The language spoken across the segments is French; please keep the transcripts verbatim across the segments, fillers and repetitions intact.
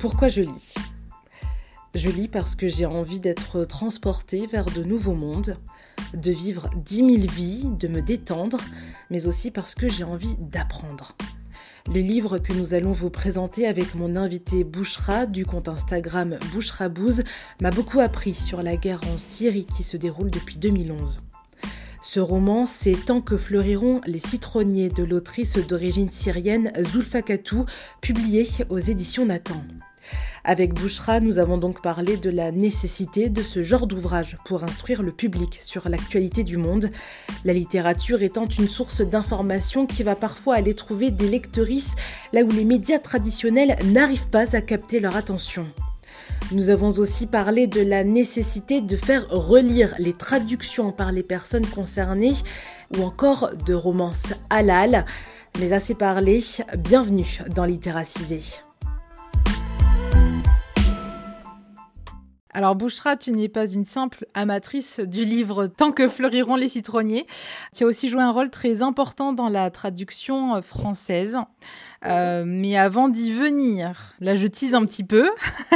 Pourquoi je lis ? Je lis parce que j'ai envie d'être transportée vers de nouveaux mondes, de vivre dix mille vies, de me détendre, mais aussi parce que j'ai envie d'apprendre. Le livre que nous allons vous présenter avec mon invité Bouchra du compte Instagram Bouchrabouz m'a beaucoup appris sur la guerre en Syrie qui se déroule depuis deux mille onze. Ce roman, c'est Tant que fleuriront les citronniers de l'autrice d'origine syrienne Zulfa Katou, publié aux éditions Nathan. Avec Bouchra, nous avons donc parlé de la nécessité de ce genre d'ouvrage pour instruire le public sur l'actualité du monde, la littérature étant une source d'information qui va parfois aller trouver des lectrices là où les médias traditionnels n'arrivent pas à capter leur attention. Nous avons aussi parlé de la nécessité de faire relire les traductions par les personnes concernées ou encore de romances halal. Mais assez parlé, bienvenue dans Littéracisé. Alors Bouchra, tu n'es pas une simple amatrice du livre Tant que fleuriront les citronniers. Tu as aussi joué un rôle très important dans la traduction française. Euh, mais avant d'y venir, là je tease un petit peu,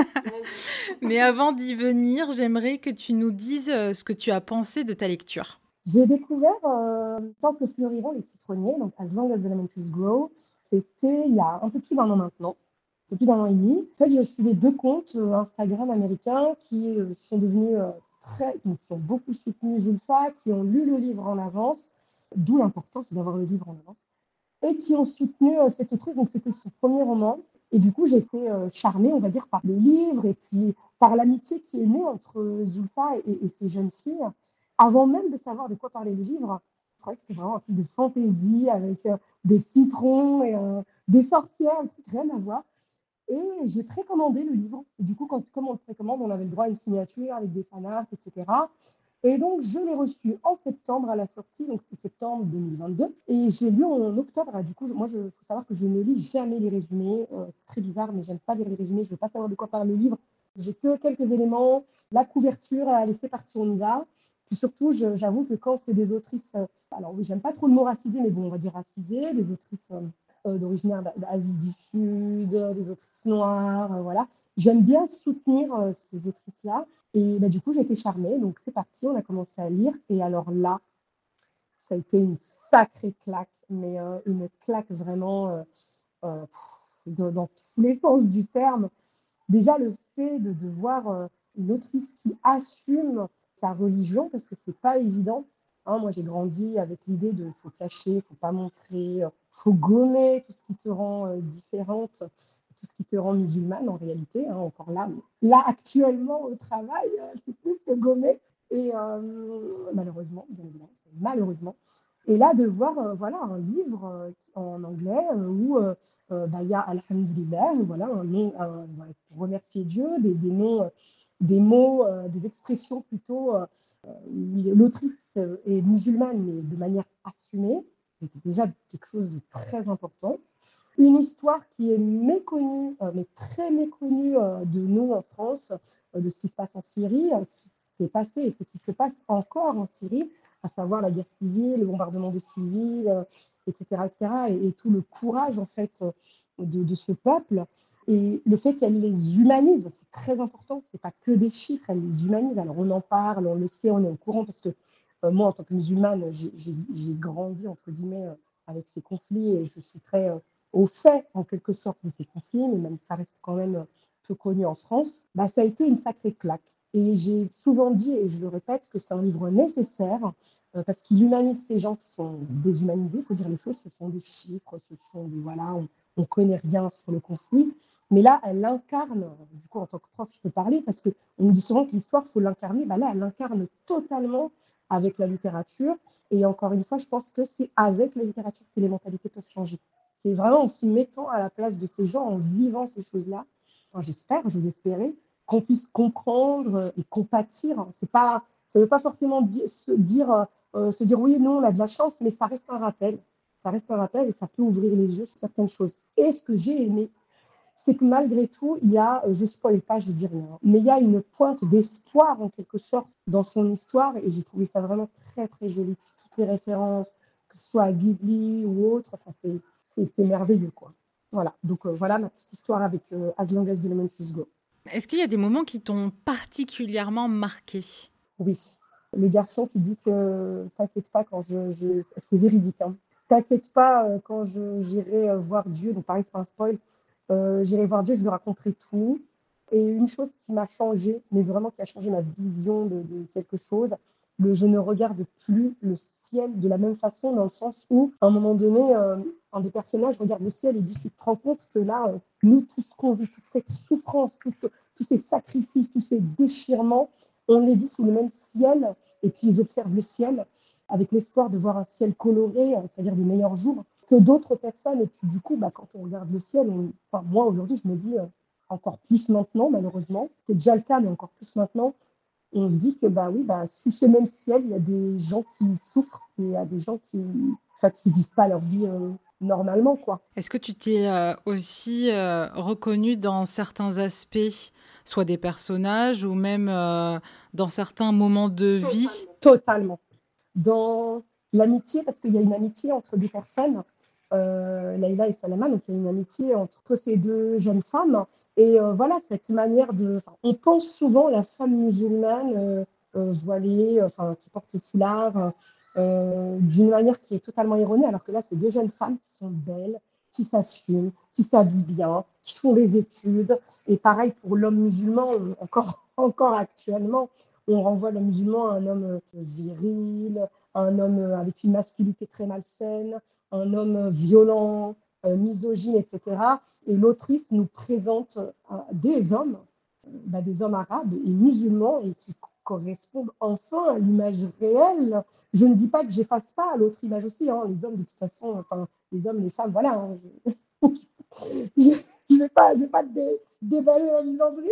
mais avant d'y venir, j'aimerais que tu nous dises ce que tu as pensé de ta lecture. J'ai découvert euh, Tant que fleuriront les citronniers, donc As Long as the Lemon Trees Grow. C'était il y a un peu plus d'un an maintenant. Depuis d'un an et demi. En fait, je suivais deux comptes euh, Instagram américains qui euh, sont devenus euh, très, donc, qui ont beaucoup soutenu Zulfa, qui ont lu le livre en avance, d'où l'importance d'avoir le livre en avance, et qui ont soutenu euh, cette autrice. Donc, c'était son premier roman. Et du coup, j'étais euh, charmée, on va dire, par le livre et puis par l'amitié qui est née entre Zulfa et, et ces jeunes filles. Avant même de savoir de quoi parlait le livre, je croyais que c'était vraiment un truc de fantaisie avec euh, des citrons et euh, des sorcières, un truc rien à voir. Et j'ai précommandé le livre. Et du coup, quand, comme on le précommande, on avait le droit à une signature avec des fanarts, et cetera. Et donc, je l'ai reçu en septembre à la sortie, donc c'est septembre deux mille vingt-deux. Et j'ai lu en octobre. Ah, du coup, je, moi, il faut savoir que je ne lis jamais les résumés. Euh, c'est très bizarre, mais j'aime pas lire les résumés. Je ne veux pas savoir de quoi parle le livre. J'ai que quelques éléments, la couverture, à laisser partir, on y va. Puis surtout, je, j'avoue que quand c'est des autrices, euh, alors oui, j'aime pas trop le mot racisé, mais bon, on va dire racisé, des autrices euh, euh, d'originaire d'Asie du Sud, euh, des autrices noires, euh, voilà. J'aime bien soutenir euh, ces autrices-là. Et bah, du coup, j'ai été charmée. Donc, c'est parti, on a commencé à lire. Et alors là, ça a été une sacrée claque, mais euh, une claque vraiment euh, euh, pff, de, dans tous les sens du terme. Déjà, le fait de, de voir euh, une autrice qui assume sa religion, parce que c'est pas évident. Hein, moi, j'ai grandi avec l'idée de faut cacher, faut pas montrer, euh, faut gommer tout ce qui te rend euh, différente, tout ce qui te rend musulmane en réalité. Hein, encore là, là actuellement au travail, euh, c'est plus que gommer. Et euh, malheureusement, bien évidemment, malheureusement. Et là, de voir euh, voilà, un livre euh, en anglais euh, où euh, euh, bah, il y a Alhamdulillah, voilà, un nom, un, voilà, pour remercier Dieu, des, des noms, euh, des mots, euh, des expressions plutôt. Euh, où l'autrice euh, est musulmane, mais de manière assumée, c'était déjà quelque chose de très important. Une histoire qui est méconnue, euh, mais très méconnue euh, de nous en France, euh, de ce qui se passe en Syrie, euh, ce qui s'est passé et ce qui se passe encore en Syrie, à savoir la guerre civile, le bombardement de civils, euh, et cetera, et cetera, et, et tout le courage en fait euh, de, de ce peuple. Et le fait qu'elle les humanise, c'est très important. C'est pas que des chiffres, elle les humanise. Alors on en parle, on le sait, on est au courant parce que euh, moi, en tant que musulmane, j'ai, j'ai, j'ai grandi entre guillemets euh, avec ces conflits et je suis très euh, au fait, en quelque sorte, de ces conflits, mais même ça reste quand même peu connu en France, bah, ça a été une sacrée claque. Et j'ai souvent dit, et je le répète, que c'est un livre nécessaire euh, parce qu'il humanise ces gens qui sont déshumanisés, il faut dire les choses, ce sont des chiffres, ce sont des, voilà, on ne connaît rien sur le conflit. Mais là, elle incarne, du coup, en tant que prof, je peux parler, parce qu'on nous dit souvent que l'histoire, il faut l'incarner. Bah là, elle l'incarne totalement avec la littérature. Et encore une fois, je pense que c'est avec la littérature que les mentalités peuvent changer. C'est vraiment en se mettant à la place de ces gens, en vivant ces choses-là. Enfin, j'espère, j'ose espérer, qu'on puisse comprendre et compatir. C'est pas, ça ne veut pas forcément dire, se, dire, euh, se dire oui, non, on a de la chance, mais ça reste un rappel. Ça reste un rappel et ça peut ouvrir les yeux sur certaines choses. Et ce que j'ai aimé, c'est que malgré tout, il y a, je ne spoil pas, je ne dis rien, mais il y a une pointe d'espoir en quelque sorte dans son histoire et j'ai trouvé ça vraiment très très joli. Toutes les références, que ce soit à Ghibli ou autre, enfin, c'est, c'est, c'est merveilleux quoi. Voilà, donc euh, voilà ma petite histoire avec euh, As Long as the Lemon Trees Grow. Est-ce qu'il y a des moments qui t'ont particulièrement marqué? Oui, le garçon qui dit que t'inquiète pas quand je, je... c'est véridique, hein. T'inquiète pas euh, quand je j'irai euh, voir Dieu, donc pareil c'est pas un spoil, euh, j'irai voir Dieu, je lui raconterai tout. Et une chose qui m'a changé, mais vraiment qui a changé ma vision de, de quelque chose, le je ne regarde plus le ciel de la même façon, dans le sens où, à un moment donné, euh, un des personnages regarde le ciel et dit, tu te rends compte que là, euh, nous, tout ce qu'on vit, toute cette souffrance, tout- tous ces sacrifices, tous ces déchirements, on les vit sous le même ciel, et puis ils observent le ciel avec l'espoir de voir un ciel coloré, euh, c'est-à-dire des meilleurs jours, que d'autres personnes. Et puis du coup, bah, quand on regarde le ciel, on... enfin, moi aujourd'hui, je me dis, euh, encore plus maintenant, malheureusement, c'est déjà le cas, mais encore plus maintenant, on se dit que bah oui, bah, sous ce même ciel, il y a des gens qui souffrent et il y a des gens qui ne enfin, vivent pas leur vie euh, normalement, quoi. Est-ce que tu t'es euh, aussi euh, reconnu dans certains aspects, soit des personnages ou même euh, dans certains moments de vie? Totalement. Dans l'amitié, parce qu'il y a une amitié entre deux personnes, euh, Leïla et Salama, donc il y a une amitié entre ces deux jeunes femmes. Et euh, voilà, cette manière de... enfin, on pense souvent la femme musulmane euh, euh, voilée, enfin, qui porte le foulard, euh, d'une manière qui est totalement erronée, alors que là, c'est deux jeunes femmes qui sont belles, qui s'assument, qui s'habillent bien, qui font des études. Et pareil pour l'homme musulman, encore, encore actuellement, on renvoie le musulman à un homme viril, un homme avec une masculinité très malsaine, un homme violent, euh, misogyne, et cetera. Et l'autrice nous présente euh, des hommes, euh, bah, des hommes arabes et musulmans, et qui correspondent enfin à l'image réelle. Je ne dis pas que j'efface pas l'autre image aussi, hein. Les hommes, de toute façon, enfin, les hommes, les femmes, voilà. Hein, je ne vais pas, je vais pas dé, dévaler la misandrie.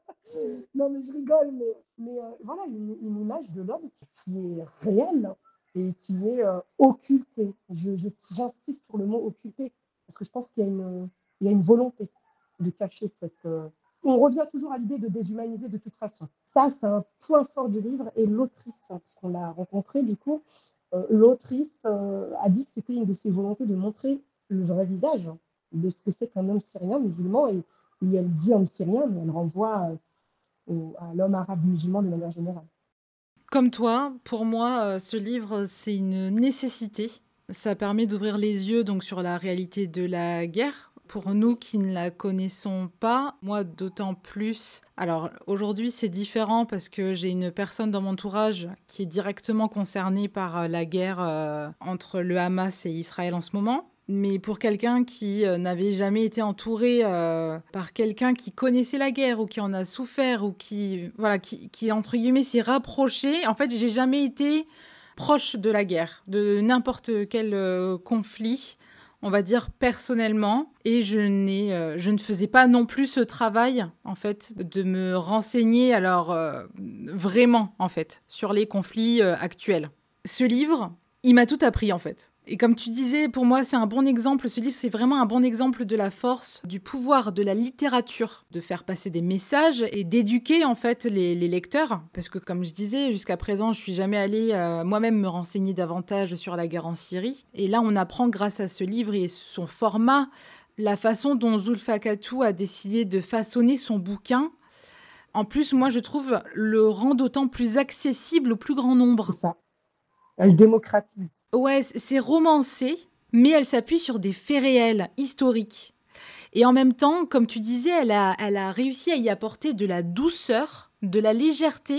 Non, mais je rigole, mais, mais euh, voilà, une, une image de l'homme qui est réelle et qui est euh, occultée. Je, je, j'insiste sur le mot occulté, parce que je pense qu'il y a une, il y a une volonté de cacher cette... Euh... On revient toujours à l'idée de déshumaniser de toute façon. Ça, c'est un point fort du livre, et l'autrice, hein, puisqu'on l'a rencontrée, du coup, euh, l'autrice euh, a dit que c'était une de ses volontés de montrer le vrai visage hein, de ce que c'est qu'un homme syrien musulman, et, et elle dit homme syrien, mais elle renvoie... Euh, au, à l'homme arabe musulman de manière générale. Comme toi, pour moi, euh, ce livre, c'est une nécessité. Ça permet d'ouvrir les yeux donc sur la réalité de la guerre. Pour nous qui ne la connaissons pas, moi d'autant plus. Alors aujourd'hui c'est différent parce que j'ai une personne dans mon entourage qui est directement concernée par euh, la guerre euh, entre le Hamas et Israël en ce moment. Mais pour quelqu'un qui euh, n'avait jamais été entouré euh, par quelqu'un qui connaissait la guerre ou qui en a souffert ou qui, voilà, qui, qui entre guillemets, s'est rapproché, en fait, j'ai jamais été proche de la guerre, de n'importe quel euh, conflit, on va dire personnellement. Et je, n'ai, euh, je ne faisais pas non plus ce travail, en fait, de me renseigner, alors euh, vraiment, en fait, sur les conflits euh, actuels. Ce livre, il m'a tout appris, en fait. Et comme tu disais, pour moi, c'est un bon exemple. Ce livre, c'est vraiment un bon exemple de la force, du pouvoir de la littérature, de faire passer des messages et d'éduquer en fait les, les lecteurs. Parce que comme je disais, jusqu'à présent, je suis jamais allée euh, moi-même me renseigner davantage sur la guerre en Syrie. Et là, on apprend grâce à ce livre et son format, la façon dont Zulfa Katou a décidé de façonner son bouquin. En plus, moi, je trouve le rend d'autant plus accessible au plus grand nombre. C'est ça. Elle démocratise. Ouais, c'est romancé, mais elle s'appuie sur des faits réels, historiques. Et en même temps, comme tu disais, elle a, elle a réussi à y apporter de la douceur, de la légèreté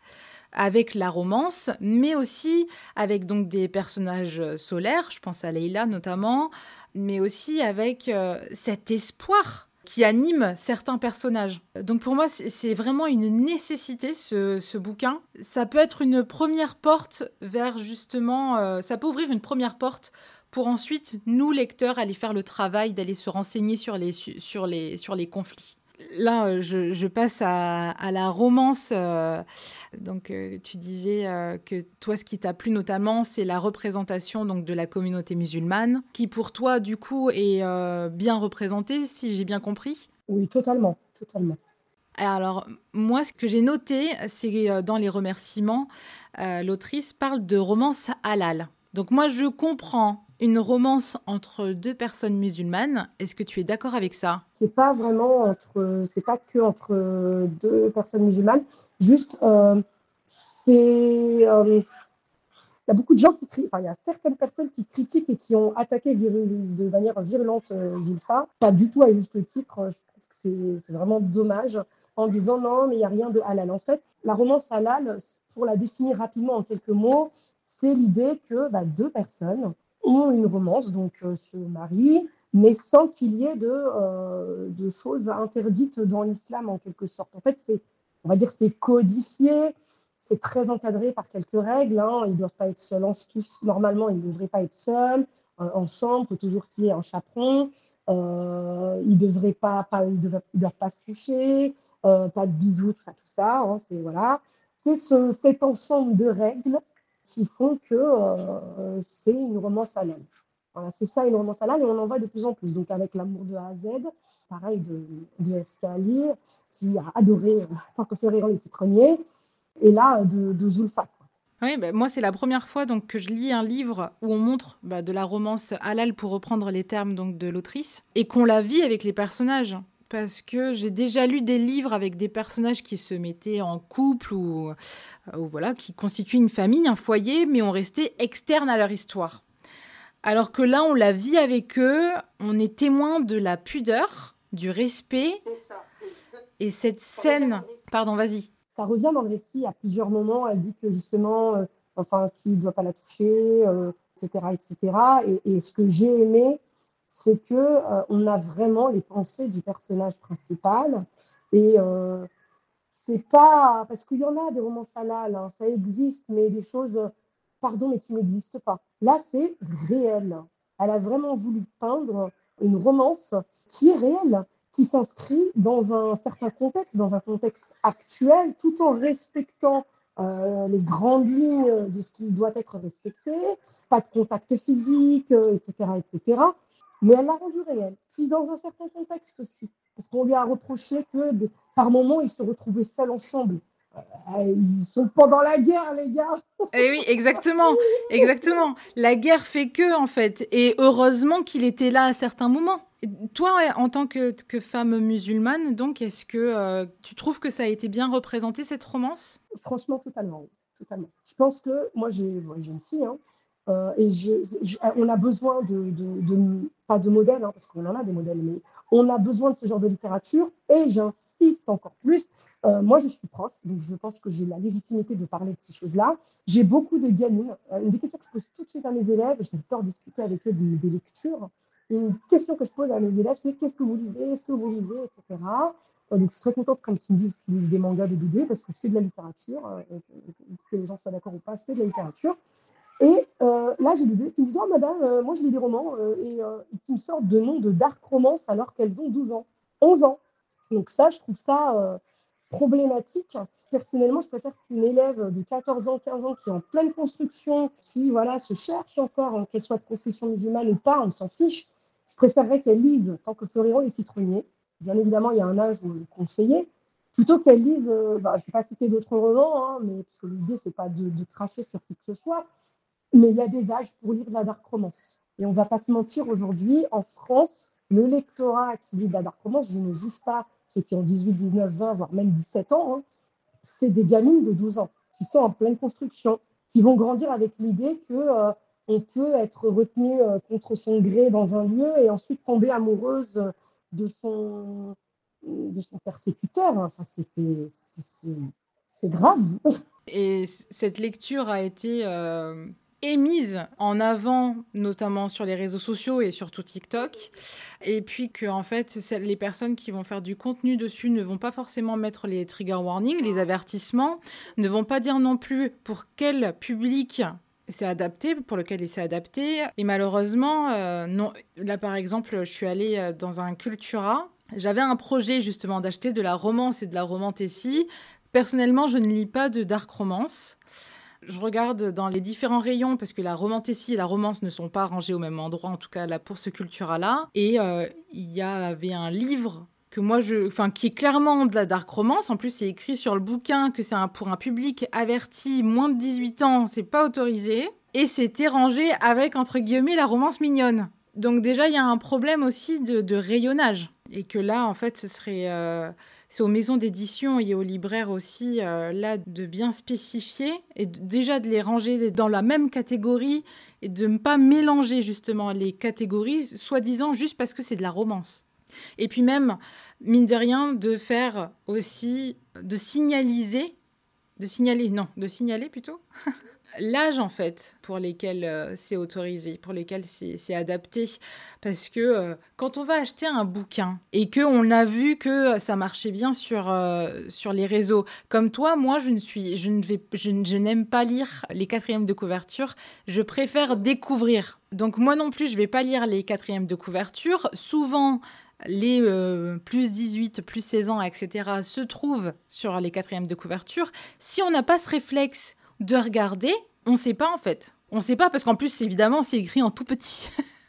avec la romance, mais aussi avec donc des personnages solaires, je pense à Leïla notamment, mais aussi avec euh, cet espoir qui anime certains personnages. Donc pour moi, c'est vraiment une nécessité, ce, ce bouquin. Ça peut être une première porte vers justement... Euh, ça peut ouvrir une première porte pour ensuite, nous, lecteurs, aller faire le travail, d'aller se renseigner sur les, sur les, sur les conflits. Là, je, je passe à, à la romance. Euh, donc, euh, tu disais euh, que toi, ce qui t'a plu notamment, c'est la représentation donc, de la communauté musulmane, qui pour toi, du coup, est euh, bien représentée, si j'ai bien compris. Oui, totalement, totalement. Alors, moi, ce que j'ai noté, c'est euh, dans les remerciements, euh, l'autrice parle de romance halal. Donc moi, je comprends une romance entre deux personnes musulmanes. Est-ce que tu es d'accord avec ça? C'est pas vraiment entre, c'est pas que entre deux personnes musulmanes. Juste, euh, c'est, euh, il y a beaucoup de gens qui crient, enfin, il y a certaines personnes qui critiquent et qui ont attaqué viru- de manière virulente euh, Zulfa, pas du tout à juste titre. Je trouve que c'est, c'est vraiment dommage en disant non, mais il n'y a rien de halal. En fait, la romance halal, pour la définir rapidement en quelques mots, c'est l'idée que bah, deux personnes ont une romance, donc euh, se marient, mais sans qu'il y ait de, euh, de choses interdites dans l'islam en quelque sorte. En fait, c'est, on va dire, c'est codifié. C'est très encadré par quelques règles. Hein. Ils ne doivent pas être seuls en, tous. Normalement, ils ne devraient pas être seuls, euh, ensemble. Il faut toujours qu'il y ait un chaperon. Euh, ils ne devraient pas, pas, ils doivent, ils doivent pas se toucher. Euh, pas de bisous, tout ça, tout ça. Hein. C'est, voilà. C'est ce, cet ensemble de règles qui font que euh, c'est une romance halal. Voilà, c'est ça une romance halal et on en voit de plus en plus. Donc avec l'amour de A à Z, pareil de, de S K Ali, qui a adoré euh, Tant que fleuriront les citronniers, et là de, de Zulfa. Oui, bah, moi, c'est la première fois donc, que je lis un livre où on montre bah, de la romance halal, pour reprendre les termes donc, de l'autrice, et qu'on la vit avec les personnages. Parce que j'ai déjà lu des livres avec des personnages qui se mettaient en couple ou, ou voilà, qui constituaient une famille, un foyer, mais on restait externe à leur histoire. Alors que là, on la vit avec eux, on est témoin de la pudeur, du respect. C'est ça. Et cette scène... Pardon, vas-y. Ça revient dans le récit à plusieurs moments. Elle dit que justement, euh, enfin, qu'il ne doit pas la toucher, euh, et cetera, et cetera. Et, et ce que j'ai aimé, c'est que euh, on a vraiment les pensées du personnage principal. Et euh, c'est pas parce qu'il y en a des romans halal, hein, ça existe, mais des choses, euh, pardon, mais qui n'existent pas. Là, c'est réel. Elle a vraiment voulu peindre une romance qui est réelle, qui s'inscrit dans un certain contexte, dans un contexte actuel, tout en respectant euh, les grandes lignes de ce qui doit être respecté, pas de contact physique, euh, et cetera, et cetera. Mais elle l'a rendu réel, puis dans un certain contexte aussi, parce qu'on lui a reproché que de, par moments, ils se retrouvaient seuls ensemble. Euh, ils sont pendant la guerre, les gars. Eh oui, exactement, exactement. La guerre fait que, en fait. Et heureusement qu'il était là à certains moments. Toi, en tant que, que femme musulmane, donc, est-ce que euh, tu trouves que ça a été bien représenté, cette romance? Franchement, totalement. totalement. Je pense que moi, j'ai, moi, j'ai une fille, hein, euh, et je, je, on a besoin de, de, de pas de modèles, hein, parce qu'on en a des modèles, mais on a besoin de ce genre de littérature. Et j'insiste encore plus. Euh, moi, je suis prof, donc je pense que j'ai la légitimité de parler de ces choses-là. J'ai beaucoup de gamines. Euh, une des questions que je pose tout de suite à mes élèves, j'adore discuter avec eux des, des lectures. Une question que je pose à mes élèves, c'est qu'est-ce que vous lisez, est-ce que vous lisez, et cetera. Euh, donc, je suis très contente quand ils me disent qu'ils lisent des mangas de B D, parce que c'est de la littérature. Euh, que les gens soient d'accord ou pas, c'est de la littérature. Et euh, là, j'ai des élèves qui me disent « Oh, madame, euh, moi, je lis des romans. Euh, » et, euh, et qui me sortent de noms de dark romance alors qu'elles ont douze ans, onze ans. Donc ça, je trouve ça euh, problématique. Personnellement, je préfère qu'une élève de quatorze ans, quinze ans, qui est en pleine construction, qui voilà, se cherche encore, hein, qu'elle soit de confession musulmane ou pas, on s'en fiche. Je préférerais qu'elle lise Tant que fleuriront les citronniers. Bien évidemment, il y a un âge où le conseiller. Plutôt qu'elle lise, euh, bah, je ne vais pas citer d'autres romans, hein, mais, parce que l'idée, ce n'est pas de, de cracher sur qui que ce soit, mais il y a des âges pour lire de la dark romance. Et on ne va pas se mentir, aujourd'hui, en France, le lectorat qui lit de la dark romance, je ne juge pas ceux qui ont dix-huit, dix-neuf, vingt, voire même dix-sept ans, hein, c'est des gamines de douze ans qui sont en pleine construction, qui vont grandir avec l'idée qu'on euh, peut être retenu euh, contre son gré dans un lieu et ensuite tomber amoureuse de son, de son persécuteur. Enfin, c'est, c'est, c'est, c'est grave. Et cette lecture a été euh, émise en avant, notamment sur les réseaux sociaux et surtout TikTok. Et puis que, en fait, les personnes qui vont faire du contenu dessus ne vont pas forcément mettre les trigger warnings, les avertissements, ne vont pas dire non plus pour quel public c'est adapté, pour lequel il s'est adapté. Et malheureusement, euh, non. Là, par exemple, je suis allée dans un Cultura. J'avais un projet, justement, d'acheter de la romance et de la romantécie. Personnellement, je ne lis pas de dark romance. Je regarde dans les différents rayons parce que la romantécie et la romance ne sont pas rangées au même endroit, en tout cas là pour ce Cultura-là. Et euh, il y avait un livre que moi je, enfin qui est clairement de la dark romance. En plus, c'est écrit sur le bouquin que c'est un, pour un public averti, moins de dix-huit ans, c'est pas autorisé. et c'était rangé avec, entre guillemets, la romance mignonne. Donc déjà, il y a un problème aussi de, de rayonnage. Et que là, en fait, ce serait... Euh, c'est aux maisons d'édition et aux libraires aussi, euh, là, de bien spécifier et de, déjà de les ranger dans la même catégorie et de ne pas mélanger justement les catégories, soi-disant juste parce que c'est de la romance. Et puis même, mine de rien, de faire aussi... de signaliser... de signaler, non, de signaler plutôt l'âge, en fait, pour lesquels euh, c'est autorisé, pour lesquels c'est, c'est adapté. Parce que euh, quand on va acheter un bouquin et qu'on a vu que ça marchait bien sur, euh, sur les réseaux, comme toi, moi, je, ne suis, je, ne vais, je, je n'aime pas lire les quatrièmes de couverture. Je préfère découvrir. Donc moi non plus, je ne vais pas lire les quatrièmes de couverture. Souvent, les euh, plus dix-huit, plus seize ans, et cetera, se trouvent sur les quatrièmes de couverture. Si on n'a pas ce réflexe de regarder, on ne sait pas en fait. On ne sait pas parce qu'en plus, évidemment, c'est écrit en tout petit.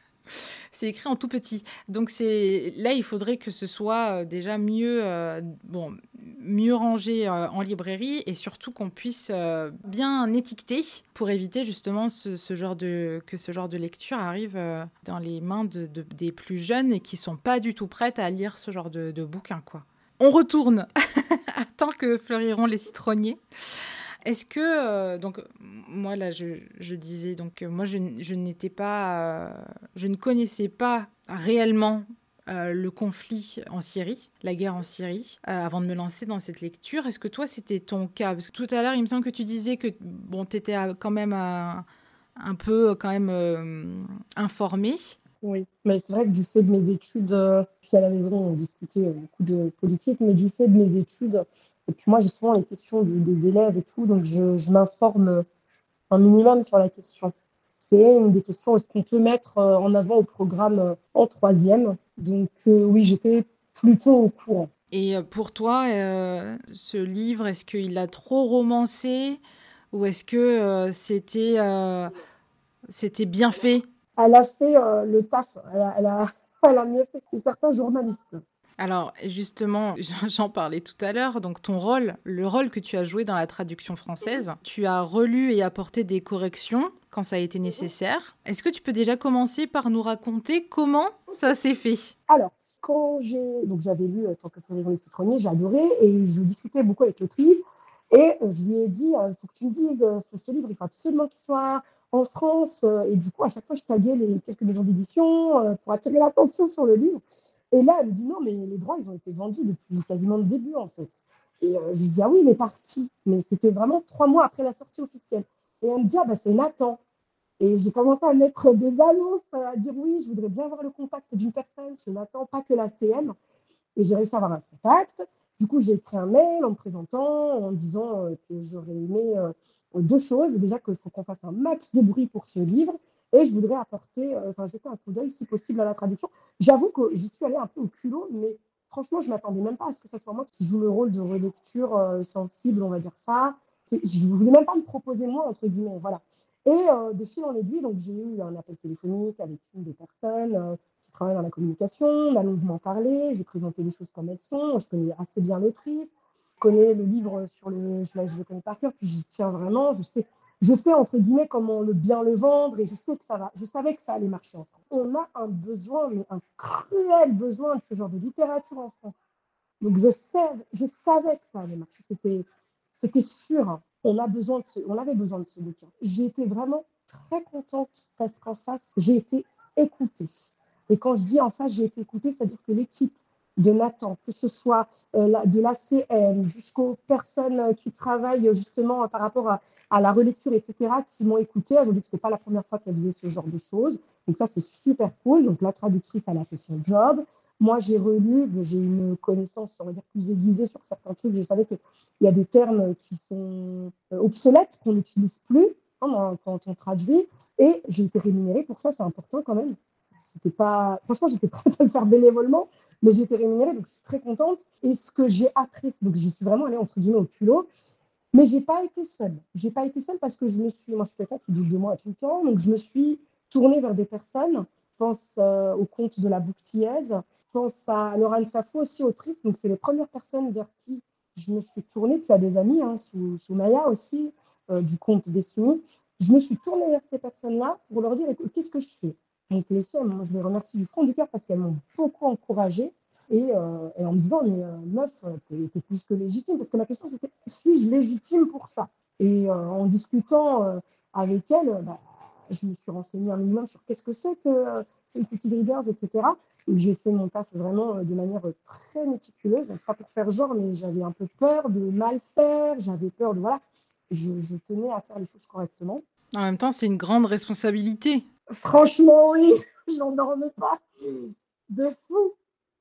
C'est écrit en tout petit. Donc c'est là, il faudrait que ce soit déjà mieux, euh, bon, mieux rangé euh, en librairie et surtout qu'on puisse euh, bien étiqueter pour éviter justement ce, ce genre de, que ce genre de lecture arrive euh, dans les mains de, de, des plus jeunes et qui sont pas du tout prêtes à lire ce genre de, de bouquin, quoi. On retourne à tant que fleuriront les citronniers. Est-ce que, euh, donc, moi, là, je, je disais, donc, euh, moi, je, je n'étais pas, euh, je ne connaissais pas réellement euh, le conflit en Syrie, la guerre en Syrie, euh, avant de me lancer dans cette lecture. Est-ce que toi, c'était ton cas? Parce que tout à l'heure, il me semble que tu disais que, bon, tu étais quand même euh, un peu, quand même, euh, informée. Oui, mais c'est vrai que du fait de mes études, euh, puis à la maison, on discutait euh, beaucoup de politique, mais du fait de mes études, et puis moi, j'ai souvent les questions du- des élèves et tout, donc je, je m'informe euh, un minimum sur la question. C'est une des questions est-ce qu'on peut mettre euh, en avant au programme euh, en troisième. Donc euh, oui, j'étais plutôt au courant. Et pour toi, euh, ce livre, est-ce qu'il a trop romancé ou est-ce que euh, c'était, euh, c'était bien fait? Elle a fait euh, le taf, elle a, elle a, elle a mieux fait que certains journalistes. Alors, justement, j'en parlais tout à l'heure. Donc, ton rôle, le rôle que tu as joué dans la traduction française, tu as relu et apporté des corrections quand ça a été nécessaire. Est-ce que tu peux déjà commencer par nous raconter comment ça s'est fait? Alors, quand j'ai donc j'avais lu euh, Tant que fleuriront les citronniers, j'ai adoré et je discutais beaucoup avec l'autrice et euh, je lui ai dit il faut que tu me dises euh, ce livre, il faut absolument qu'il soit en France euh, et du coup à chaque fois je taguais les quelques maisons d'édition euh, pour attirer l'attention sur le livre et là elle me dit non mais les droits ils ont été vendus depuis quasiment le début en fait et euh, je lui dis ah oui mais par qui? Mais c'était vraiment trois mois après la sortie officielle et elle me dit ah bah c'est Nathan. Et j'ai commencé à mettre des annonces, à dire oui, je voudrais bien avoir le contact d'une personne chez Nathan, pas que la C M. Et j'ai réussi à avoir un contact. Du coup, j'ai écrit un mail en me présentant, en disant euh, que j'aurais aimé euh, deux choses. Déjà, qu'il faut qu'on fasse un max de bruit pour ce livre. Et je voudrais apporter, euh, enfin, jeter un coup d'œil, si possible, à la traduction. J'avoue que j'y suis allée un peu au culot, mais franchement, je ne m'attendais même pas à ce que ce soit moi qui joue le rôle de relecture euh, sensible, on va dire ça. Je ne voulais même pas me proposer moi, entre guillemets. Voilà. Et euh, de fil en aiguille, donc j'ai eu un appel téléphonique avec une des personnes euh, qui travaille dans la communication. On a longuement parlé, j'ai présenté les choses comme elles sont. Je connais assez bien l'autrice, je connais le livre sur le, je, je le connais par cœur, puis j'y tiens vraiment. Je sais, je sais entre guillemets comment le bien le vendre et je sais que ça va. Je savais que ça allait marcher en France. On a un besoin, mais un cruel besoin de ce genre de littérature en France. Donc je sais, je savais que ça allait marcher. C'était, c'était sûr. On a besoin de ce, on avait besoin de ce bouquin. J'ai été vraiment très contente parce qu'en face, j'ai été écoutée. Et quand je dis en face, j'ai été écoutée, c'est-à-dire que l'équipe de Nathan, que ce soit euh, la, de l'A C M jusqu'aux personnes qui travaillent justement par rapport à, à la relecture, et cetera, qui m'ont écoutée, elles ont dit que ce n'était pas la première fois qu'elles faisaient ce genre de choses. Donc ça, c'est super cool. Donc la traductrice, elle a fait son job. Moi, j'ai relu, j'ai une connaissance, on va dire, plus aiguisée sur certains trucs. Je savais qu'il y a des termes qui sont obsolètes, qu'on n'utilise plus hein, quand on traduit. Et j'ai été rémunérée pour ça, c'est important quand même. C'était pas... Franchement, j'étais prête à le faire bénévolement, mais j'ai été rémunérée, donc je suis très contente. Et ce que j'ai appris, donc j'y suis vraiment allée entre guillemets au culot, mais j'ai pas été seule. J'ai pas été seule parce que je me suis, moi je suis quelqu'un qui double de moi tout le temps, donc je me suis tournée vers des personnes. Je pense euh, au compte de la bouquetillaise, je pense à Laurent Safo aussi, autrice, donc c'est les premières personnes vers qui je me suis tournée, puis à des amis, hein, sous, sous Maya aussi, euh, du compte des Soumis. je me suis tournée vers ces personnes-là pour leur dire: «Écoute, qu'est-ce que je fais?» Donc les filles, moi, je les remercie du fond du cœur parce qu'elles m'ont beaucoup encouragée et heu et en me disant: «Mais heu, meuf, tu es plus que légitime». Parce que ma question, c'était: «Suis-je légitime pour ça?» Et heu, en discutant, heu, avec elles, bah, je me suis renseignée un minimum sur qu'est-ce que c'est que, heu, Sensitive Readers et cetera. Et j'ai fait mon taf vraiment, heu, de manière, heu, très méticuleuse. C'est pas pour faire genre, mais j'avais un peu peur de mal faire, j'avais peur de voilà, je je tenais à faire les choses correctement. En même temps, c'est une grande responsabilité. Franchement, oui, j'en dormais pas. De fou,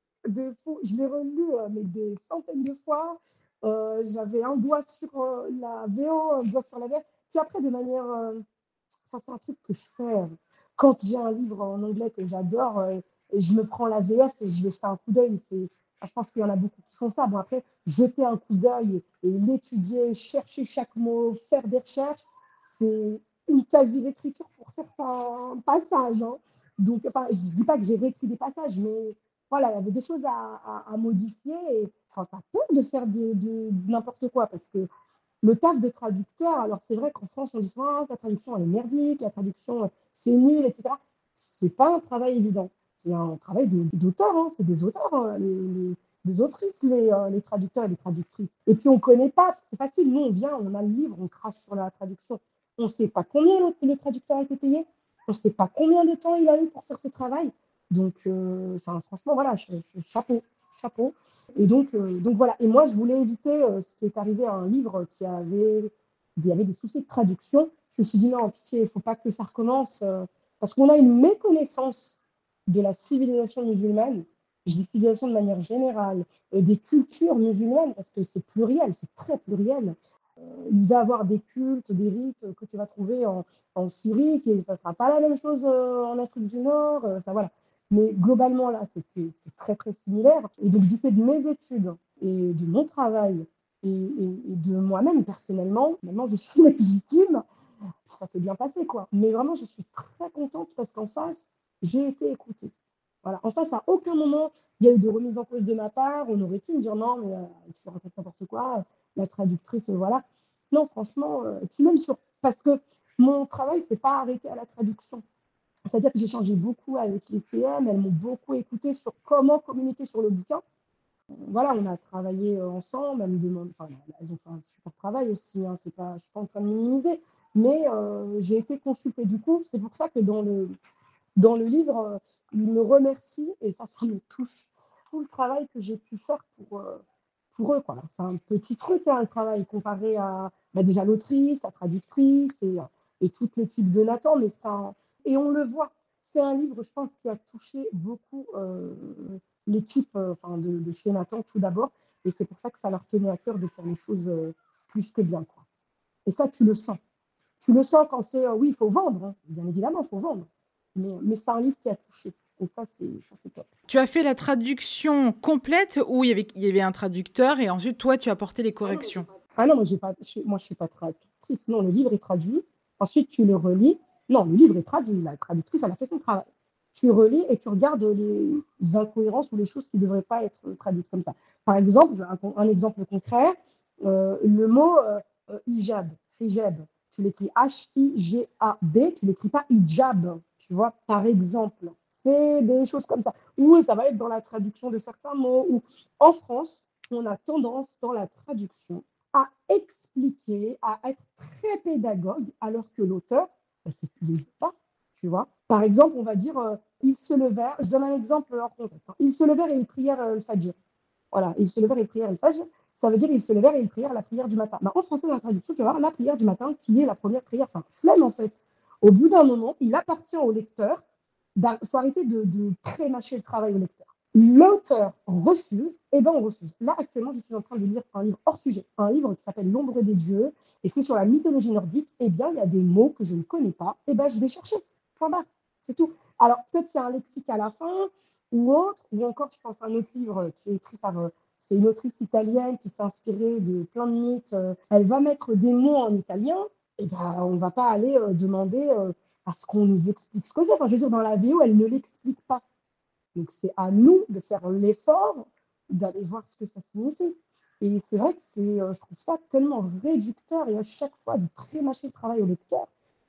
de fou. Je l'ai relu, heu, mais des centaines de fois. Heu, j'avais un doigt sur, heu, la V O, un doigt sur la V F. Puis après de manière, heu, enfin, c'est un truc que je fais, heu, quand j'ai un livre en anglais que j'adore, heu, je me prends la V F et je vais jeter un coup d'œil. C'est enfin, je pense qu'il y en a beaucoup qui font ça. Bon après, jeter un coup d'œil et et l'étudier, chercher chaque mot, faire des recherches, c'est une quasi-réécriture pour certains passages, hein. Donc enfin, je dis pas que j'ai réécrit des passages, mais voilà, il y avait des choses à à à modifier et enfin, tu as peur de faire de de n'importe quoi parce que le taf de traducteur, alors c'est vrai qu'en France, on dit souvent: «Ah, ta traduction, elle est merdique, la traduction, heu, c'est nul» et cetera. C'est pas un travail évident. C'est un travail de d'auteur, hein, c'est des auteurs, heu, les les des autrices, les, heu, les traducteurs et les traductrices. Et puis on connaît pas, parce que c'est facile, nous on vient, on a le livre, on crache sur la traduction. On sait pas combien le le traducteur a été payé, on sait pas combien de temps il a eu pour faire ce travail. Donc heu, enfin franchement voilà, ch chapeau, chapeau. Et donc, euh, donc voilà. Et moi, je voulais éviter euh, ce qui est arrivé à un livre qui avait, il y avait des soucis de traduction. Je me suis dit non, pitié, il ne faut pas que ça recommence euh, parce qu'on a une méconnaissance de la civilisation musulmane. Je dis civilisation de manière générale, euh, des cultures musulmanes parce que c'est pluriel, c'est très pluriel. Euh, il va y avoir des cultes, des rites que tu vas trouver en, en Syrie, et ça ne sera pas la même chose euh, en Afrique du Nord. euh, ça, voilà. Mais globalement, là, c'était très, très similaire. Et donc, du fait de mes études et de mon travail et, et, et de moi-même, personnellement, maintenant, je suis légitime. Ça s'est bien passé, quoi. Mais vraiment, je suis très contente parce qu'en face, j'ai été écoutée. Voilà. En face, à aucun moment, il y a eu de remise en cause de ma part. On aurait pu me dire non, mais euh, tu racontes n'importe quoi, la traductrice, euh, voilà. Non, franchement, euh, puis même sur. Parce que mon travail, c'est pas arrêté à la traduction. C'est-à-dire que j'ai changé beaucoup avec les C M, elles m'ont beaucoup écouté sur comment communiquer sur le bouquin. Voilà, on a travaillé euh, ensemble, elles me demandent, enfin, elles ont fait un super travail aussi, hein, c'est pas, je ne suis pas en train de minimiser, mais euh, j'ai été consultée. Du coup, c'est pour ça que dans le, dans le livre, euh, ils me remercient et ça, ça me touche. Tout le travail que j'ai pu faire pour, euh, pour eux, quoi. C'est un petit truc, hein, le travail, comparé à bah, déjà l'autrice, la traductrice et, et toute l'équipe de Nathan, mais ça, et on le voit. C'est un livre, je pense, qui a touché beaucoup euh, l'équipe euh, enfin, de, de chez Nathan, tout d'abord, et c'est pour ça que ça leur tenait à cœur de faire les choses euh, plus que bien, quoi. Et ça, tu le sens. Tu le sens quand c'est, euh, oui, il faut vendre, hein. Bien évidemment, il faut vendre, mais, mais c'est un livre qui a touché, et ça, c'est, ça, c'est top. Tu as fait la traduction complète ou il y avait, il y avait un traducteur et ensuite toi tu as apporté les corrections? Ah non, moi, j'ai pas, je, moi, je suis pas traductrice. Non, le livre est traduit. Ensuite, tu le relis. Non, le livre est traduit. La traductrice, elle a fait son travail. Tu relis et tu regardes les incohérences ou les choses qui ne devraient pas être traduites comme ça. Par exemple, un, un exemple concret, euh, le mot euh, euh, hijab, hijab, tu l'écris H I G A B, tu l'écris pas hijab, tu vois, par exemple. Fais des choses comme ça. Ou ça va être dans la traduction de certains mots. Ou en France, on a tendance dans la traduction à expliquer, à être très pédagogue, alors que l'auteur, ben, c'est pas, tu vois. Par exemple, on va dire, euh, ils se levèrent, je donne un exemple hors contexte, hein. Ils se levèrent et ils prièrent euh, le fajr. Voilà, ils se levèrent et ils prièrent le fajr. Ça veut dire ils se levèrent et ils prièrent la prière du matin. Ben, en français, dans la traduction, tu vas voir la prière du matin qui est la première prière. Enfin, flemme en fait. Au bout d'un moment, il appartient au lecteur. Il faut arrêter de, de pré-mâcher le travail au lecteur. L'auteur refuse, et ben on refuse. Là, actuellement, je suis en train de lire un livre hors sujet, un livre qui s'appelle L'ombre des dieux, et c'est sur la mythologie nordique. Eh bien, il y a des mots que je ne connais pas, et ben je vais chercher. Point barre. C'est tout. Alors, peut-être qu'il y a un lexique à la fin, ou autre, ou encore, je pense à un autre livre qui est écrit par, euh, c'est une autrice italienne qui s'est inspirée de plein de mythes. Euh, elle va mettre des mots en italien, et ben on ne va pas aller euh, demander euh, à ce qu'on nous explique ce que c'est. Enfin, je veux dire, dans la V O, elle ne l'explique pas. Donc, c'est à nous de faire l'effort d'aller voir ce que ça signifie. Et c'est vrai que c'est, euh, je trouve ça tellement réducteur et à chaque fois de pré-mâcher le travail au lecteur.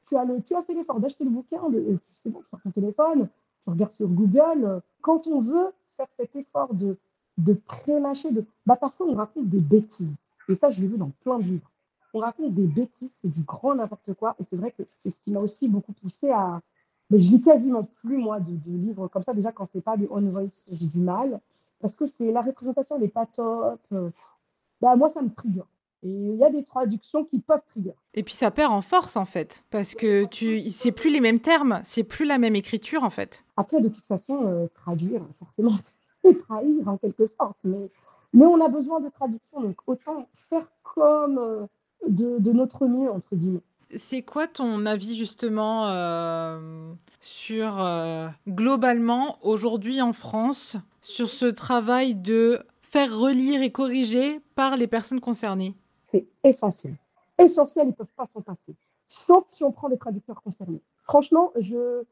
Tu as, le, tu as fait l'effort d'acheter le bouquin, de, c'est bon, sur ton téléphone, tu regardes sur Google. Quand on veut faire cet effort de, de pré-mâcher, de, bah, parfois on raconte des bêtises. Et ça, je l'ai vu dans plein de livres. On raconte des bêtises, c'est du grand n'importe quoi. Et c'est vrai que c'est ce qui m'a aussi beaucoup poussé à. Mais je lis quasiment plus, moi, de, de livres comme ça. Déjà, quand c'est pas des on voice, j'ai du mal. Parce que c'est la représentation n'est pas top. Euh, bah, moi, ça me trigger. Et il y a des traductions qui peuvent trigger. Et puis ça perd en force en fait, parce que tu, c'est plus les mêmes termes, c'est plus la même écriture en fait. Après, de toute façon, euh, traduire, forcément, c'est trahir en quelque sorte. Mais, mais on a besoin de traduction, donc autant faire comme euh, de, de notre mieux, entre guillemets. C'est quoi ton avis justement euh, sur euh, globalement aujourd'hui en France sur ce travail de faire relire et corriger par les personnes concernées? C'est essentiel. Essentiel, ils ne peuvent pas s'en passer. Sauf si on prend des traducteurs concernés. Franchement, je,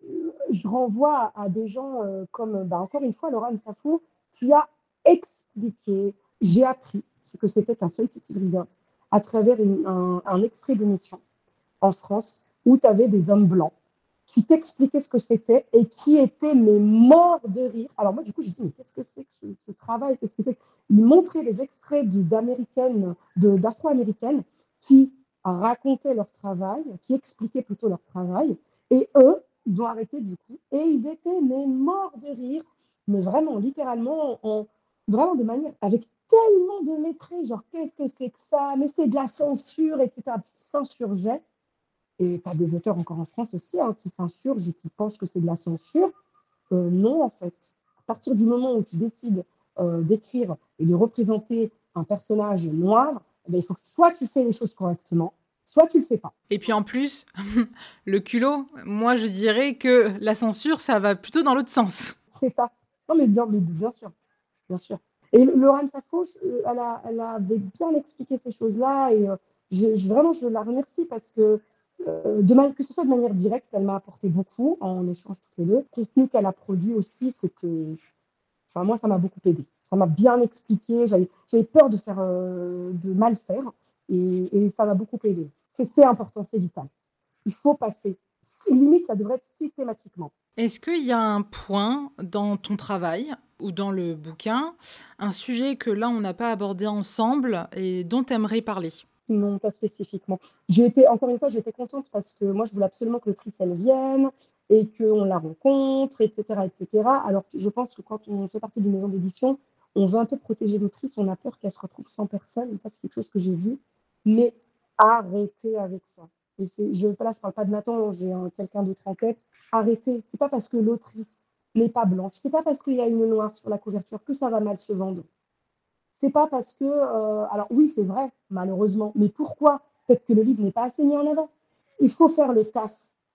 je renvoie à des gens euh, comme, bah, encore une fois, Laura Nsafou, qui a expliqué, j'ai appris ce que c'était qu'un sensitive reader à travers une, un, un extrait d'émission en France où tu avais des hommes blancs qui t'expliquaient ce que c'était et qui étaient mais morts de rire. Alors moi, du coup, j'ai dit, mais qu'est-ce que c'est que ce, ce travail? Qu'est-ce que c'est? Ils montraient des extraits d'américaines, de, d'afro-américaines qui racontaient leur travail, qui expliquaient plutôt leur travail, et eux, ils ont arrêté du coup, et ils étaient mais morts de rire, mais vraiment, littéralement, en, vraiment de manière, avec tellement de mépris, genre, qu'est-ce que c'est que ça? Mais c'est de la censure, et cetera, qui s'insurgeaient. Et tu as des auteurs encore en France aussi hein, qui s'insurgent et qui pensent que c'est de la censure. Euh, non, en fait. À partir du moment où tu décides euh, d'écrire et de représenter un personnage noir, eh bien, il faut que soit tu fais les choses correctement, soit tu le fais pas. Et puis en plus, le culot, moi je dirais que la censure, ça va plutôt dans l'autre sens. C'est ça. Non, mais bien, mais bien sûr. Bien sûr. Et Laurent Safo, elle, a, elle avait bien expliqué ces choses-là et euh, je, je, vraiment, je la remercie parce que, euh, de ma, que ce soit de manière directe, elle m'a apporté beaucoup en échange toutes les deux. Le contenu qu'elle a produit aussi, c'était. Enfin, moi, ça m'a beaucoup aidé. Ça m'a bien expliqué. J'avais, j'avais peur de, faire, euh, de mal faire et, et ça m'a beaucoup aidé. C'est, c'est important, c'est vital. Il faut passer. Limite, ça devrait être systématiquement. Est-ce qu'il y a un point dans ton travail ou dans le bouquin, un sujet que là on n'a pas abordé ensemble et dont tu aimerais parler? Non, pas spécifiquement. J'ai été, encore une fois, j'étais contente parce que moi, je voulais absolument que l'autrice, elle vienne et qu'on la rencontre, et cetera, et cetera. Alors, je pense que quand on fait partie d'une maison d'édition, on veut un peu protéger l'autrice, on a peur qu'elle se retrouve sans personne. Et ça, c'est quelque chose que j'ai vu. Mais arrêtez avec ça. Et c'est, je, là, je ne parle pas de Nathan, j'ai un, quelqu'un d'autre en tête. Arrêtez. C'est pas parce que l'autrice n'est pas blanche, c'est pas parce qu'il y a une noire sur la couverture que ça va mal se vendre. C'est pas parce que. Euh, alors, oui, c'est vrai, malheureusement. Mais pourquoi? Peut-être que le livre n'est pas assez mis en avant. Il faut faire le taf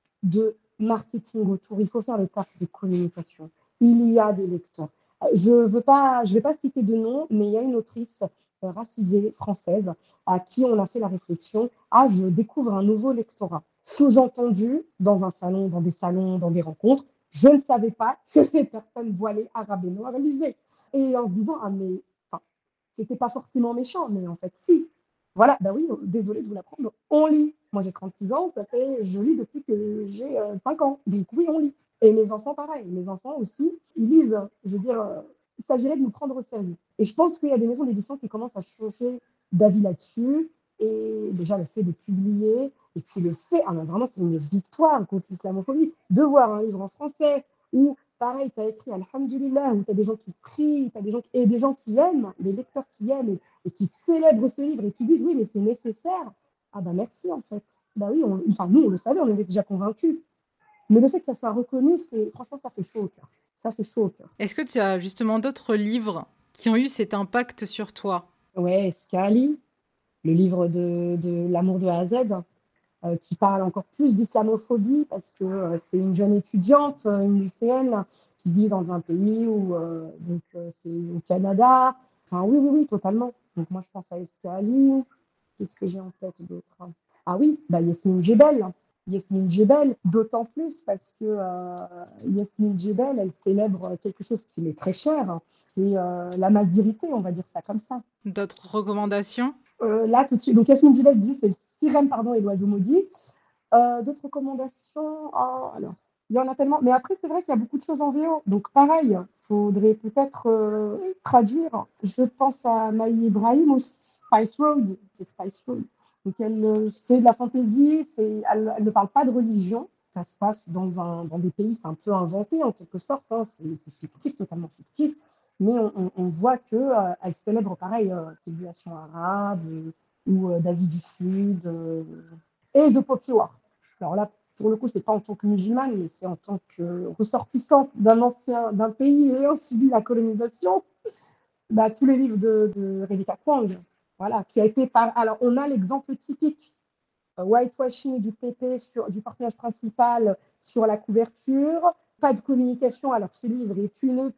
de marketing autour. Il faut faire le taf de communication. Il y a des lecteurs. Je ne veux pas, je vais pas citer de nom, mais il y a une autrice euh, racisée française à qui on a fait la réflexion. Ah, je découvre un nouveau lectorat. Sous-entendu, dans un salon, dans des salons, dans des rencontres, je ne savais pas que les personnes voilées arabes et noires lisaient. Et en se disant, ah, mais c'était pas forcément méchant, mais en fait, si. Voilà, bah oui, désolé de vous l'apprendre, on lit. Moi, j'ai trente-six ans, ça fait, je lis depuis que j'ai euh, cinq ans. Donc oui, on lit. Et mes enfants, pareil. Mes enfants aussi, ils lisent. Je veux dire, euh, il s'agirait de nous prendre au sérieux. Et je pense qu'il y a des maisons d'édition qui commencent à changer d'avis là-dessus. Et déjà, le fait de publier, et puis le fait, ah, vraiment, c'est une victoire contre l'islamophobie, de voir un livre en français où pareil, tu as écrit Alhamdulillah, où tu as des gens qui crient, t'as des gens qui... et des gens qui aiment, des lecteurs qui aiment et, et qui célèbrent ce livre et qui disent oui, mais c'est nécessaire. Ah bah merci en fait. Bah oui, on... enfin nous on le savait, on était déjà convaincus. Mais le fait que ça soit reconnu, c'est franchement ça fait chaud au cœur. Ça fait chaud au cœur. Est-ce que tu as justement d'autres livres qui ont eu cet impact sur toi? Ouais, Scali, le livre de, de L'amour de A à Z, euh, qui parle encore plus d'islamophobie parce que euh, c'est une jeune étudiante, une lycéenne, qui vit dans un pays où euh, donc, euh, c'est au Canada. Enfin, oui, oui, oui, totalement. Donc, moi, je pense à Esther Ali. Qu'est-ce que j'ai en tête d'autre? Ah oui, bah, Yasmine Djebel. Yasmine Djebel, d'autant plus parce que euh, Yasmine Djebel, elle célèbre quelque chose qui m'est très cher. C'est euh, la mazirité, on va dire ça comme ça. D'autres recommandations? Euh, là, tout de suite. Donc, Yasmine Djebel dit c'est le sirène, pardon, et l'oiseau maudit. Heu, d'autres recommandations? Oh, alors, il y en a tellement, mais après, c'est vrai qu'il y a beaucoup de choses en V O, donc pareil, faudrait peut-être, heu, traduire. Je pense à Maï Ibrahim aussi, Spice Road, c'est Spice Road. Donc elle, heu, c'est de la fantaisie, c'est elle elle ne parle pas de religion. Ça se passe dans un dans des pays un peu inventés en quelque sorte, hein, c'est c'est fictif, totalement fictif, mais on on on voit que, heu, elle célèbre pareil, heu, civilisation arabe, heu, ou, heu, d'Asie du Sud, heu et The Poppy War. Alors là, pour le coup, c'est pas en tant que musulmane, mais c'est en tant que ressortissante d'un ancien d'un pays ayant subi la colonisation, bah, tous les livres de, de Rebecca Kwong, voilà, qui a été par. Alors, on a l'exemple typique, euh, whitewashing du P P sur, du personnage principal sur la couverture, pas de communication, alors que ce livre est une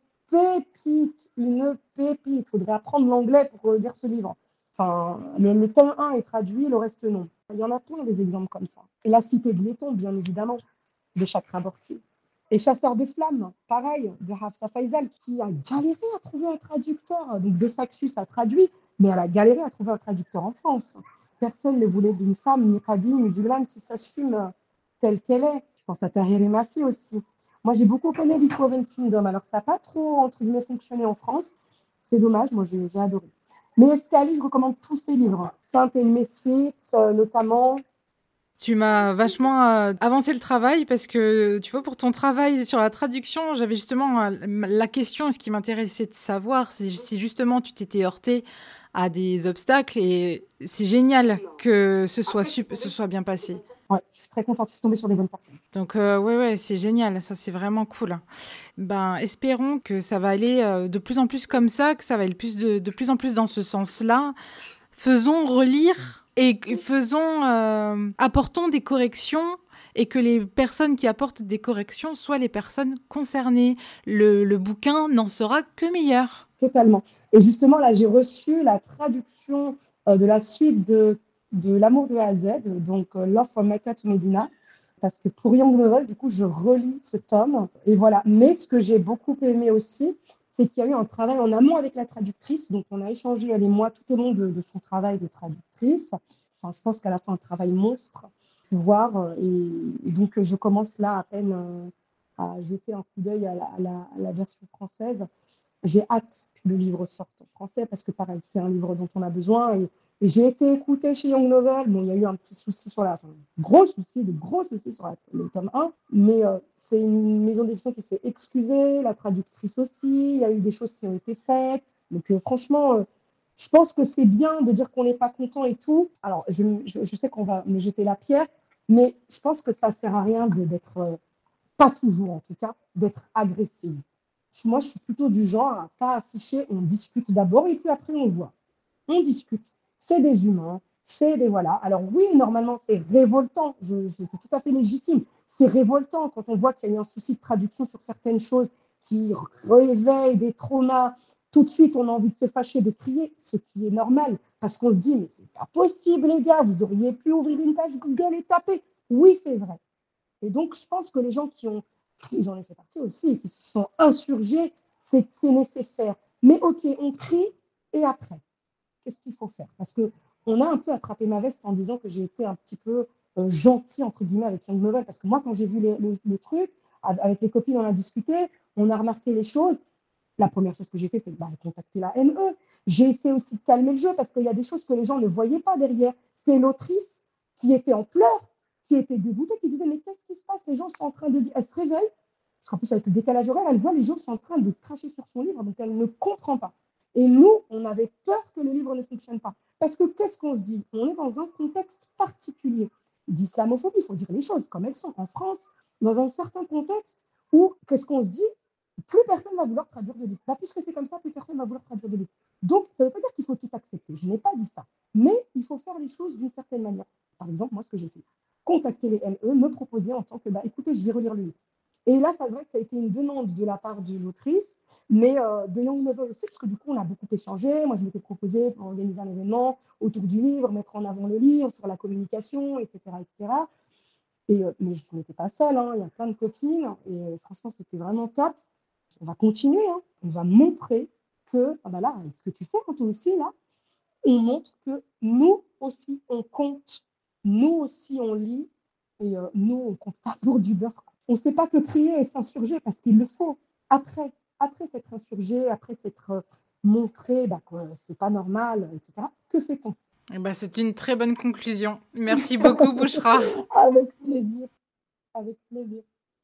pépite, une pépite. Il faudrait apprendre l'anglais pour lire ce livre. Enfin, le, le tome un est traduit, le reste non. Il y en a plein des exemples comme ça. Et la cité de Letton, bien évidemment, de Chakra Borty. Et Chasseur de flammes, pareil, de Hafsa Faisal, qui a galéré à trouver un traducteur. Donc, De Saxus a traduit, mais elle a galéré à trouver un traducteur en France. Personne ne voulait d'une femme niqabi, musulmane, qui s'assume telle qu'elle est. Je pense à Tahrir Mafi aussi. Moi, j'ai beaucoup aimé This Woven Kingdom, alors que ça n'a pas trop, entre guillemets, fonctionné en France. C'est dommage, moi, j'ai j'ai adoré. Mais Escali, je recommande tous ses livres. Saint et Mesfit, euh, notamment. Tu m'as vachement euh, avancé le travail parce que, tu vois, pour ton travail sur la traduction, j'avais justement euh, la question, et ce qui m'intéressait de savoir, c'est si justement tu t'étais heurté à des obstacles et c'est génial que ce soit, sup- ce soit bien passé. Ouais, je suis très contente, je suis tombée sur des bonnes personnes. Donc, euh, ouais, ouais, c'est génial, ça c'est vraiment cool. Ben, espérons que ça va aller euh, de plus en plus comme ça, que ça va aller plus de, de plus en plus dans ce sens-là. Faisons relire et faisons, euh, apportons des corrections et que les personnes qui apportent des corrections soient les personnes concernées. Le, le bouquin n'en sera que meilleur. Totalement. Et justement, là, j'ai reçu la traduction euh, de la suite de, de L'amour de A à Z, donc euh, Love from Mecca to Medina, parce que pour Young Novel, du coup, je relis ce tome. Et voilà. Mais ce que j'ai beaucoup aimé aussi, c'est qu'il y a eu un travail en amont avec la traductrice. Donc, on a échangé, elle et moi, tout au long de, de son travail de traductrice. Enfin, je pense qu'elle a fait un travail monstre, voir. euh, Et, et donc, je commence là à peine euh, à jeter un coup d'œil à la, à la, à la version française. J'ai hâte que le livre sorte en français parce que, pareil, c'est un livre dont on a besoin. Et, et j'ai été écoutée chez Young Novel. Bon, il y a eu un petit souci sur la. Enfin, gros souci, de gros soucis sur la, le tome un. Mais euh, c'est une maison d'édition qui s'est excusée, la traductrice aussi. Il y a eu des choses qui ont été faites. Donc, euh, franchement, euh, je pense que c'est bien de dire qu'on n'est pas content et tout. Alors, je, je, je sais qu'on va me jeter la pierre, mais je pense que ça ne sert à rien d'être, euh, pas toujours en tout cas, d'être agressive. Moi, je suis plutôt du genre à pas afficher, on discute d'abord et puis après on voit. On discute. C'est des humains, c'est des voilà. Alors oui, normalement, c'est révoltant, je, je, c'est tout à fait légitime. C'est révoltant quand on voit qu'il y a eu un souci de traduction sur certaines choses qui réveillent des traumas. Tout de suite, on a envie de se fâcher, de crier, ce qui est normal, parce qu'on se dit, mais c'est pas possible, les gars, vous auriez pu ouvrir une page Google et taper. Oui, c'est vrai. Et donc, je pense que les gens qui ont, j'en ai fait partie aussi, qui se sont insurgés, c'est, c'est nécessaire. Mais ok, on crie, et après, qu'est-ce qu'il faut faire? Parce qu'on a un peu attrapé ma veste en disant que j'ai été un petit peu euh, gentil, entre guillemets, avec Young Novel. Parce que moi, quand j'ai vu les, le, le, truc, avec les copines, on a discuté, on a remarqué les choses. La première chose que j'ai fait, c'est bah, contacter la M E. J'ai essayé aussi de calmer le jeu parce qu'il y a des choses que les gens ne voyaient pas derrière. C'est l'autrice qui était en pleurs, qui était dégoûtée, qui disait mais qu'est-ce qui se passe? Les gens sont en train de dire, elle se réveille, parce qu'en plus avec le décalage horaire, elle voit les gens sont en train de cracher sur son livre, donc elle ne comprend pas. Et nous, on avait peur que le livre ne fonctionne pas. Parce que qu'est-ce qu'on se dit? On est dans un contexte particulier d'islamophobie, il faut dire les choses comme elles sont. En France, dans un certain contexte où, qu'est-ce qu'on se dit? Plus personne va vouloir traduire de livre. Bah, puisque c'est comme ça, plus personne va vouloir traduire de livre. Donc, ça ne veut pas dire qu'il faut tout accepter. Je n'ai pas dit ça. Mais il faut faire les choses d'une certaine manière. Par exemple, moi, ce que j'ai fait, contacter les M E, me proposer en tant que, bah, écoutez, je vais relire le livre. Et là, c'est vrai que ça a été une demande de la part de l'autrice, mais euh, de Young Novel aussi, parce que du coup, on a beaucoup échangé. Moi, je m'étais proposé pour organiser un événement autour du livre, mettre en avant le livre, sur la communication, et cetera, et cetera. Et, euh, mais je n'étais pas seule, hein. Il y a plein de copines, et euh, franchement, c'était vraiment top. On va continuer, hein. On va montrer que, ah bah là, ce que tu fais, hein, toi aussi, là, on montre que nous aussi, on compte, nous aussi, on lit, Et euh, nous, on ne compte pas pour du beurre. On ne sait pas que crier et s'insurger parce qu'il le faut. Après, après s'être insurgé, après s'être euh, montré bah, que c'est pas normal, et cetera. Que fait-on? Eh ben, c'est une très bonne conclusion. Merci beaucoup, Bouchra. Avec plaisir, avec plaisir.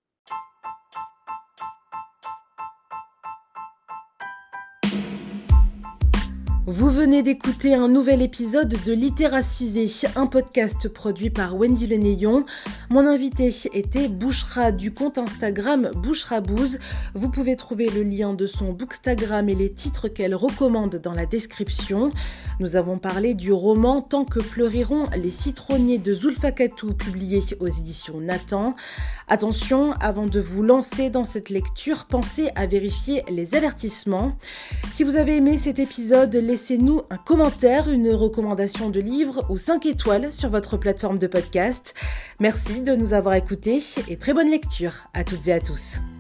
Vous venez d'écouter un nouvel épisode de Littéracisé, un podcast produit par Wendy Lenéillon. Mon invité était Bouchra du compte Instagram Bouchrabouz. Vous pouvez trouver le lien de son Bookstagram et les titres qu'elle recommande dans la description. Nous avons parlé du roman Tant que fleuriront les citronniers de Zulfakatou, publié aux éditions Nathan. Attention, avant de vous lancer dans cette lecture, pensez à vérifier les avertissements. Si vous avez aimé cet épisode, laissez-nous un commentaire, une recommandation de livre ou cinq étoiles sur votre plateforme de podcast. Merci de nous avoir écoutés et très bonne lecture à toutes et à tous.